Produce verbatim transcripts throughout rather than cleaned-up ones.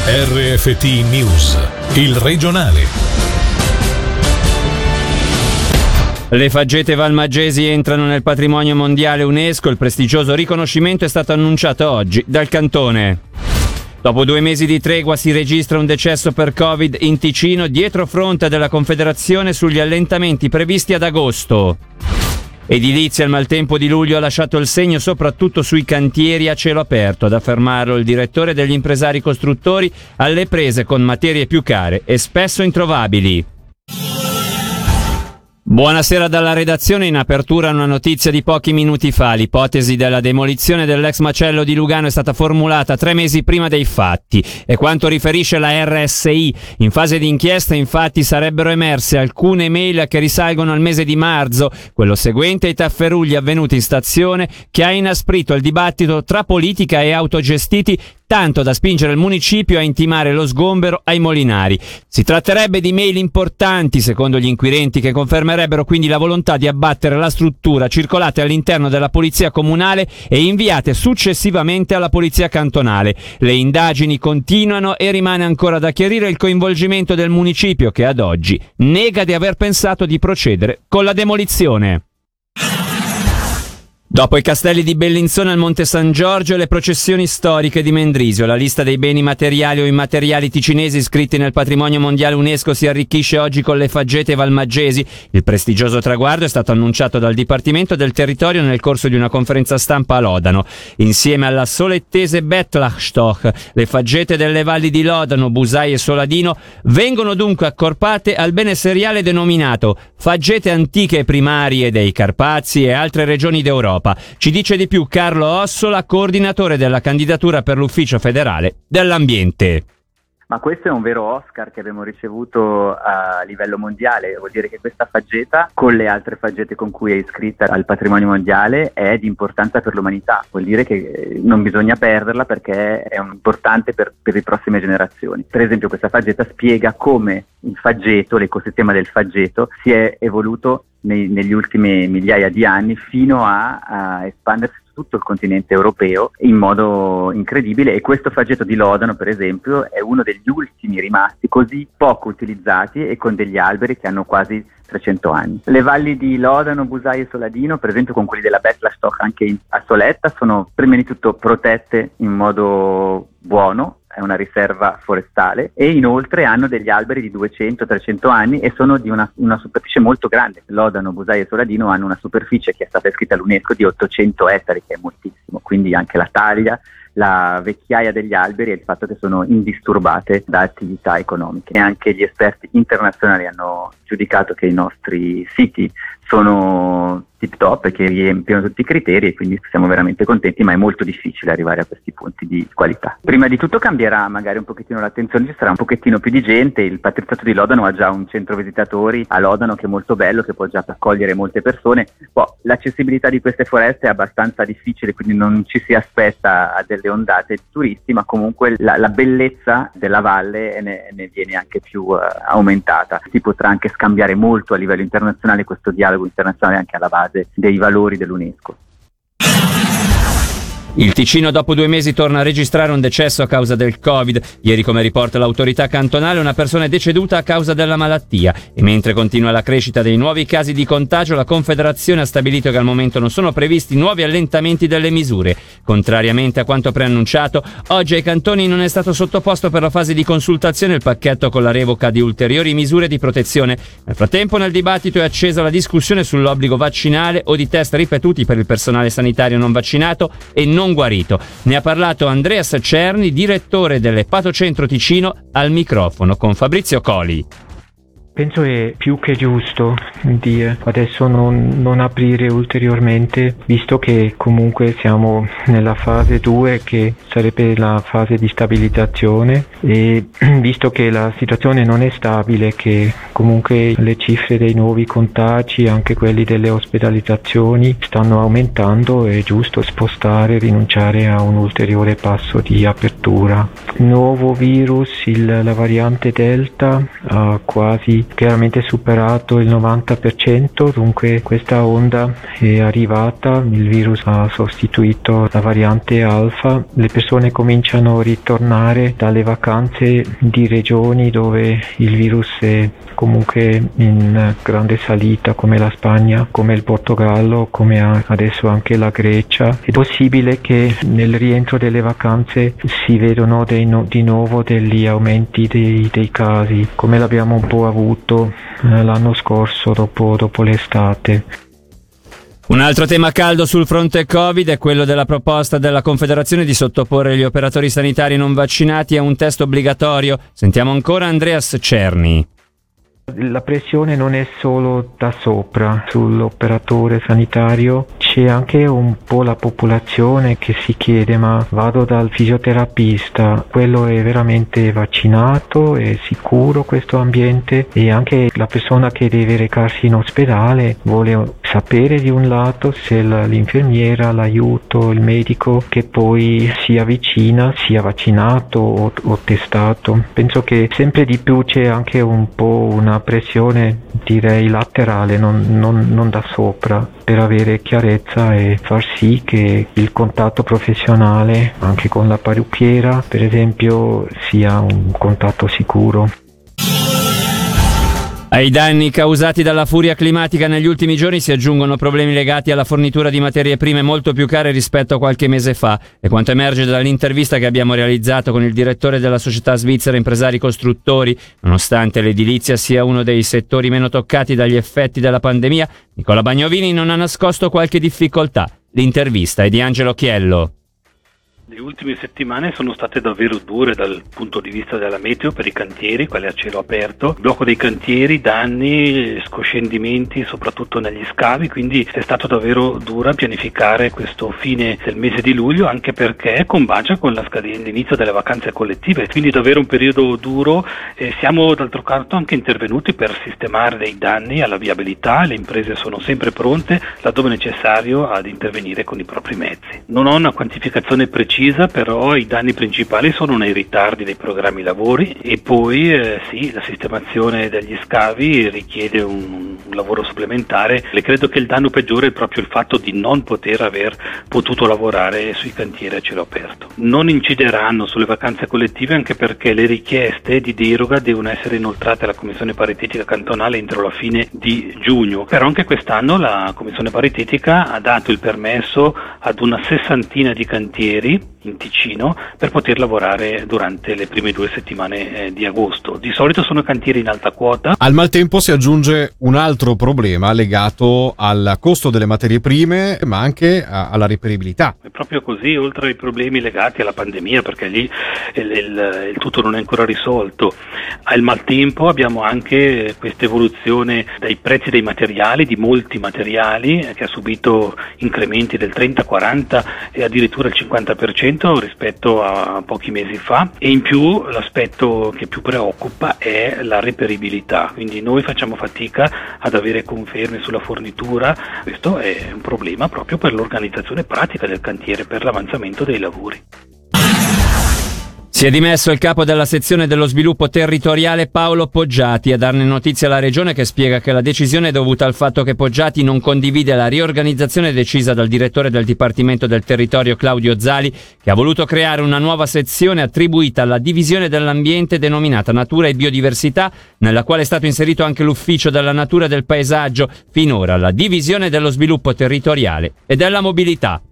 R F T News, il regionale. Le faggete valmaggesi entrano nel patrimonio mondiale UNESCO. Il prestigioso riconoscimento è stato annunciato oggi dal Cantone. Dopo due mesi di tregua si registra un decesso per Covid in Ticino, dietro fronte della Confederazione sugli allentamenti previsti ad agosto. Edilizia, il maltempo di luglio ha lasciato il segno soprattutto sui cantieri a cielo aperto, ad affermarlo il direttore degli impresari costruttori, alle prese con materie più care e spesso introvabili. Buonasera dalla redazione. In apertura una notizia di pochi minuti fa. L'ipotesi della demolizione dell'ex macello di Lugano è stata formulata tre mesi prima dei fatti. E quanto riferisce la R S I, in fase di inchiesta infatti sarebbero emerse alcune mail che risalgono al mese di marzo, quello seguente ai tafferugli avvenuti in stazione, che ha inasprito il dibattito tra politica e autogestiti, tanto da spingere il municipio a intimare lo sgombero ai molinari. Si tratterebbe di mail importanti, secondo gli inquirenti, che confermerebbero quindi la volontà di abbattere la struttura, circolate all'interno della polizia comunale e inviate successivamente alla polizia cantonale. Le indagini continuano e rimane ancora da chiarire il coinvolgimento del municipio, che ad oggi nega di aver pensato di procedere con la demolizione. Dopo i castelli di Bellinzona al Monte San Giorgio e le processioni storiche di Mendrisio, la lista dei beni materiali o immateriali ticinesi iscritti nel patrimonio mondiale UNESCO si arricchisce oggi con le faggete valmaggesi. Il prestigioso traguardo è stato annunciato dal Dipartimento del Territorio nel corso di una conferenza stampa a Lodano. Insieme alla solettese Bettlachstoch, le faggete delle valli di Lodano, Busai e Soladino vengono dunque accorpate al bene seriale denominato faggete antiche primarie dei Carpazi e altre regioni d'Europa. Ci dice di più Carlo Ossola, coordinatore della candidatura per l'Ufficio federale dell'ambiente. Ma questo è un vero Oscar che abbiamo ricevuto a livello mondiale. Vuol dire che questa faggeta, con le altre faggete con cui è iscritta al patrimonio mondiale, è di importanza per l'umanità. Vuol dire che non bisogna perderla perché è importante per, per le prossime generazioni. Per esempio, questa faggeta spiega come il faggeto, l'ecosistema del faggeto, si è evoluto nei, negli ultimi migliaia di anni fino a, a espandersi tutto il continente europeo in modo incredibile, e questo faggeto di Lodano, per esempio, è uno degli ultimi rimasti così poco utilizzati e con degli alberi che hanno quasi trecento anni. Le valli di Lodano, Busai e Soladino, per esempio con quelli della Bettlachstoch anche in, a Soletta, sono prima di tutto protette in modo buono, è una riserva forestale, e inoltre hanno degli alberi di duecento trecento anni e sono di una, una superficie molto grande. Lodano, Busai e Soladino hanno una superficie che è stata iscritta all'UNESCO di ottocento ettari, che è moltissimo, quindi anche la taglia, la vecchiaia degli alberi e il fatto che sono indisturbate da attività economiche. E anche gli esperti internazionali hanno giudicato che i nostri siti sono tip top e che riempiono tutti i criteri, e quindi siamo veramente contenti, ma è molto difficile arrivare a questi punti di qualità. Prima di tutto cambierà magari un pochettino l'attenzione, ci sarà un pochettino più di gente. Il Patriziato di Lodano ha già un centro visitatori a Lodano che è molto bello, che può già accogliere molte persone. Poi l'accessibilità di queste foreste è abbastanza difficile, quindi non ci si aspetta a delle ondate di turisti, ma comunque la, la bellezza della valle ne, ne viene anche più uh, aumentata. Si potrà anche scambiare molto a livello internazionale, questo dialogo internazionale anche alla base dei valori dell'UNESCO. Il Ticino dopo due mesi torna a registrare un decesso a causa del Covid. Ieri, come riporta l'autorità cantonale, una persona è deceduta a causa della malattia. E mentre continua la crescita dei nuovi casi di contagio, la Confederazione ha stabilito che al momento non sono previsti nuovi allentamenti delle misure. Contrariamente a quanto preannunciato, oggi ai cantoni non è stato sottoposto per la fase di consultazione il pacchetto con la revoca di ulteriori misure di protezione. Nel frattempo, nel dibattito è accesa la discussione sull'obbligo vaccinale o di test ripetuti per il personale sanitario non vaccinato e non non guarito. Ne ha parlato Andreas Cerni, direttore dell'Epatocentro Ticino, al microfono con Fabrizio Coli. Penso è più che giusto dire adesso non, non aprire ulteriormente, visto che comunque siamo nella fase due, che sarebbe la fase di stabilizzazione, e visto che la situazione non è stabile, che comunque le cifre dei nuovi contagi, anche quelli delle ospedalizzazioni, stanno aumentando, è giusto spostare, rinunciare a un ulteriore passo di apertura. Il nuovo virus, il, la variante Delta, ha quasi quasi chiaramente superato il novanta per cento, dunque questa onda è arrivata, il virus ha sostituito la variante alfa, le persone cominciano a ritornare dalle vacanze di regioni dove il virus è comunque in grande salita, come la Spagna, come il Portogallo, come adesso anche la Grecia. È possibile che nel rientro delle vacanze si vedono dei no- di nuovo degli aumenti dei, dei casi, come l'abbiamo un po' avuto eh, l'anno scorso dopo, dopo l'estate. Un altro tema caldo sul fronte Covid è quello della proposta della Confederazione di sottoporre gli operatori sanitari non vaccinati a un test obbligatorio. Sentiamo ancora Andreas Cerni. La pressione non è solo da sopra sull'operatore sanitario, c'è anche un po' la popolazione che si chiede: ma vado dal fisioterapista, quello è veramente vaccinato, è sicuro questo ambiente? E anche la persona che deve recarsi in ospedale vuole sapere di un lato se l'infermiera, l'aiuto, il medico che poi si avvicina sia vaccinato o, o testato. Penso che sempre di più c'è anche un po' una pressione, direi laterale, non, non, non da sopra, per avere chiarezza e far sì che il contatto professionale anche con la parrucchiera, per esempio, sia un contatto sicuro. Ai danni causati dalla furia climatica negli ultimi giorni si aggiungono problemi legati alla fornitura di materie prime molto più care rispetto a qualche mese fa. E quanto emerge dall'intervista che abbiamo realizzato con il direttore della società svizzera Impresari Costruttori, nonostante l'edilizia sia uno dei settori meno toccati dagli effetti della pandemia, Nicola Bagnovini non ha nascosto qualche difficoltà. L'intervista è di Angelo Chiello. Le ultime settimane sono state davvero dure dal punto di vista della meteo per i cantieri, quelli a cielo aperto, blocco dei cantieri, danni, scoscendimenti soprattutto negli scavi, quindi è stato davvero dura pianificare questo fine del mese di luglio, anche perché combacia con la scadenza, l'inizio delle vacanze collettive, quindi davvero un periodo duro. E siamo d'altro canto anche intervenuti per sistemare dei danni alla viabilità, le imprese sono sempre pronte laddove necessario ad intervenire con i propri mezzi. Non ho una quantificazione precisa, però i danni principali sono nei ritardi dei programmi lavori e poi eh, sì, la sistemazione degli scavi richiede un, un lavoro supplementare. Le credo che il danno peggiore è proprio il fatto di non poter aver potuto lavorare sui cantieri a cielo aperto. Non incideranno sulle vacanze collettive, anche perché le richieste di deroga devono essere inoltrate alla Commissione Paritetica Cantonale entro la fine di giugno, però anche quest'anno la Commissione Paritetica ha dato il permesso ad una sessantina di cantieri in Ticino per poter lavorare durante le prime due settimane eh, di agosto. Di solito sono cantieri in alta quota. Al maltempo si aggiunge un altro problema legato al costo delle materie prime, ma anche a, alla reperibilità. È proprio così, oltre ai problemi legati alla pandemia, perché lì il, il, il tutto non è ancora risolto. Al maltempo abbiamo anche questa evoluzione dei prezzi dei materiali, di molti materiali, eh, che ha subito incrementi del trenta, quaranta e addirittura il cinquanta per cento rispetto a pochi mesi fa, e in più l'aspetto che più preoccupa è la reperibilità, quindi noi facciamo fatica ad avere conferme sulla fornitura. Questo è un problema proprio per l'organizzazione pratica del cantiere, per l'avanzamento dei lavori. Si è dimesso il capo della sezione dello sviluppo territoriale Paolo Poggiati a darne notizia alla regione, che spiega che la decisione è dovuta al fatto che Poggiati non condivide la riorganizzazione decisa dal direttore del Dipartimento del Territorio Claudio Zali, che ha voluto creare una nuova sezione attribuita alla divisione dell'ambiente denominata Natura e Biodiversità, nella quale è stato inserito anche l'Ufficio della Natura e del Paesaggio, finora la divisione dello sviluppo territoriale e della mobilità.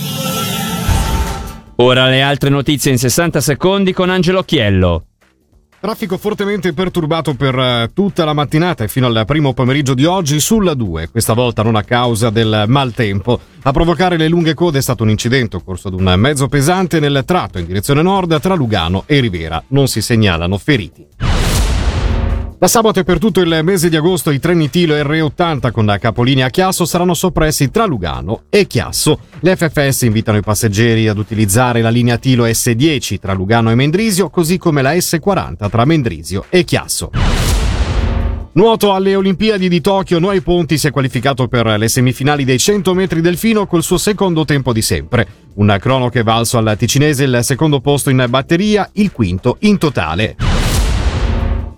Ora le altre notizie in sessanta secondi con Angelo Chiello. Traffico fortemente perturbato per tutta la mattinata e fino al primo pomeriggio di oggi sulla due, questa volta non a causa del maltempo. A provocare le lunghe code è stato un incidente occorso ad un mezzo pesante nel tratto in direzione nord tra Lugano e Rivera. Non si segnalano feriti. Da sabato e per tutto il mese di agosto i treni Tilo R ottanta con capolinea Chiasso saranno soppressi tra Lugano e Chiasso. Le F F S invitano i passeggeri ad utilizzare la linea Tilo S dieci tra Lugano e Mendrisio, così come la S quaranta tra Mendrisio e Chiasso. Nuoto alle Olimpiadi di Tokyo, Noè Ponti si è qualificato per le semifinali dei cento metri delfino col suo secondo tempo di sempre. Un crono che è valso al ticinese il secondo posto in batteria, il quinto in totale.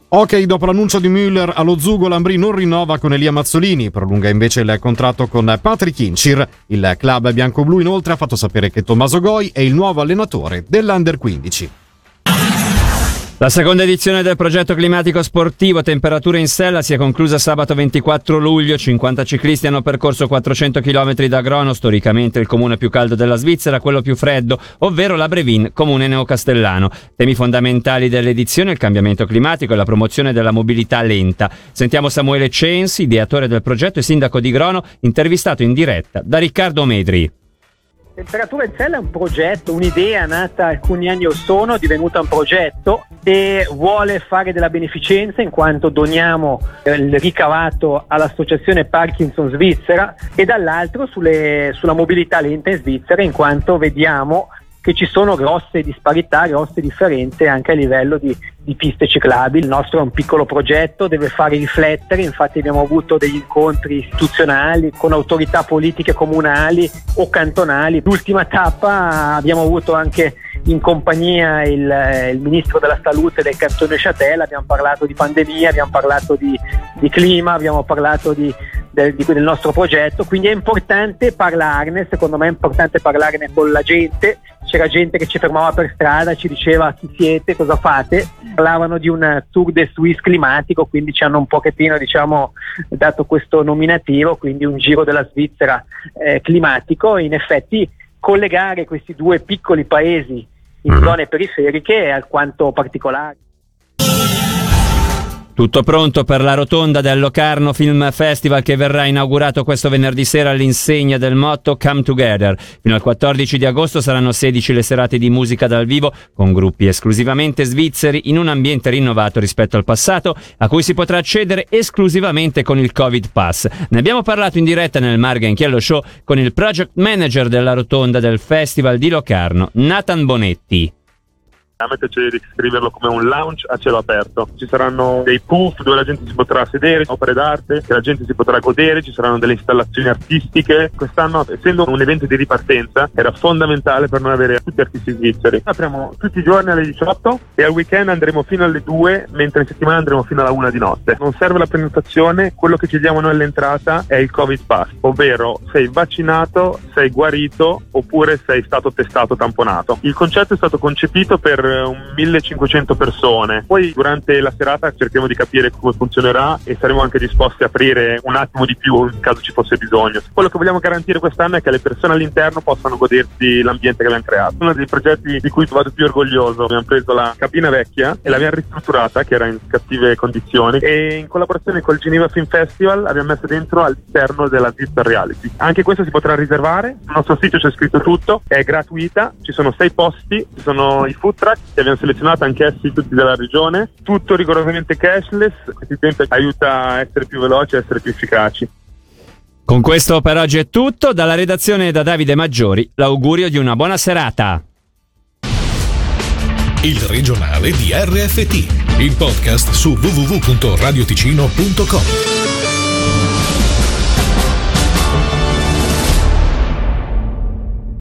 Ok, dopo l'annuncio di Müller allo Zugo, l'Ambrì non rinnova con Elia Mazzolini, prolunga invece il contratto con Patrick Incir. Il club bianco-blu inoltre ha fatto sapere che Tommaso Goi è il nuovo allenatore dell'Under quindici. La seconda edizione del progetto climatico sportivo Temperature in Sella si è conclusa sabato ventiquattro luglio. cinquanta ciclisti hanno percorso quattrocento chilometri da Grono, storicamente il comune più caldo della Svizzera, quello più freddo, ovvero la Brevin, comune neocastellano. Temi fondamentali dell'edizione: il cambiamento climatico e la promozione della mobilità lenta. Sentiamo Samuele Censi, ideatore del progetto e sindaco di Grono, intervistato in diretta da Riccardo Medri. Temperature in Sella è un progetto, un'idea nata alcuni anni or sono, divenuta un progetto e vuole fare della beneficenza, in quanto doniamo il ricavato all'associazione Parkinson Svizzera, e dall'altro sulle, sulla mobilità lenta in Svizzera, in quanto vediamo che ci sono grosse disparità, grosse differenze anche a livello di, di piste ciclabili. Il nostro è un piccolo progetto, deve fare riflettere, infatti abbiamo avuto degli incontri istituzionali con autorità politiche comunali o cantonali. L'ultima tappa abbiamo avuto anche in compagnia il, il ministro della salute del cantone Châtel, abbiamo parlato di pandemia, abbiamo parlato di, di clima, abbiamo parlato di, del, di, del nostro progetto, quindi è importante parlarne, secondo me è importante parlarne con la gente. C'era gente che ci fermava per strada, ci diceva chi siete, cosa fate, parlavano di un Tour de Suisse climatico, quindi ci hanno un pochettino, diciamo, dato questo nominativo, quindi un giro della Svizzera eh, climatico. In effetti collegare questi due piccoli paesi in mm. zone periferiche è alquanto particolare. Tutto pronto per la rotonda del Locarno Film Festival, che verrà inaugurato questo venerdì sera all'insegna del motto Come Together. Fino al quattordici di agosto saranno sedici le serate di musica dal vivo con gruppi esclusivamente svizzeri in un ambiente rinnovato rispetto al passato, a cui si potrà accedere esclusivamente con il Covid Pass. Ne abbiamo parlato in diretta nel Marga Inchiello Show con il project manager della rotonda del Festival di Locarno, Nathan Bonetti. A me piace descriverlo come un lounge a cielo aperto. Ci saranno dei puff dove la gente si potrà sedere, opere d'arte che la gente si potrà godere, ci saranno delle installazioni artistiche. Quest'anno, essendo un evento di ripartenza, era fondamentale per noi avere tutti artisti svizzeri. Apriamo tutti i giorni alle diciotto e al weekend andremo fino alle due, mentre in settimana andremo fino alla una di notte. Non serve la prenotazione, quello che ci diamo noi all'entrata è il Covid Pass, ovvero sei vaccinato, sei guarito oppure sei stato testato, tamponato. Il concetto è stato concepito per un millecinquecento persone. Poi durante la serata cercheremo di capire come funzionerà e saremo anche disposti a aprire un attimo di più in caso ci fosse bisogno. Quello che vogliamo garantire quest'anno è che le persone all'interno possano godersi l'ambiente che abbiamo creato. Uno dei progetti di cui vado più orgoglioso: abbiamo preso la cabina vecchia e l'abbiamo ristrutturata, che era in cattive condizioni, e in collaborazione col Geneva Film Festival abbiamo messo dentro all'interno della Svizzera Reality. Anche questo si potrà riservare, sul nostro sito c'è scritto tutto, è gratuita, ci sono sei posti, ci sono i food truck che abbiamo selezionato anch'essi tutti della regione, tutto rigorosamente cashless. Questo tempo aiuta a essere più veloci e a essere più efficaci. Con questo per oggi è tutto. Dalla redazione da Davide Maggiori l'augurio di una buona serata. Il regionale di R F T, il podcast su w w w punto radioticino punto com.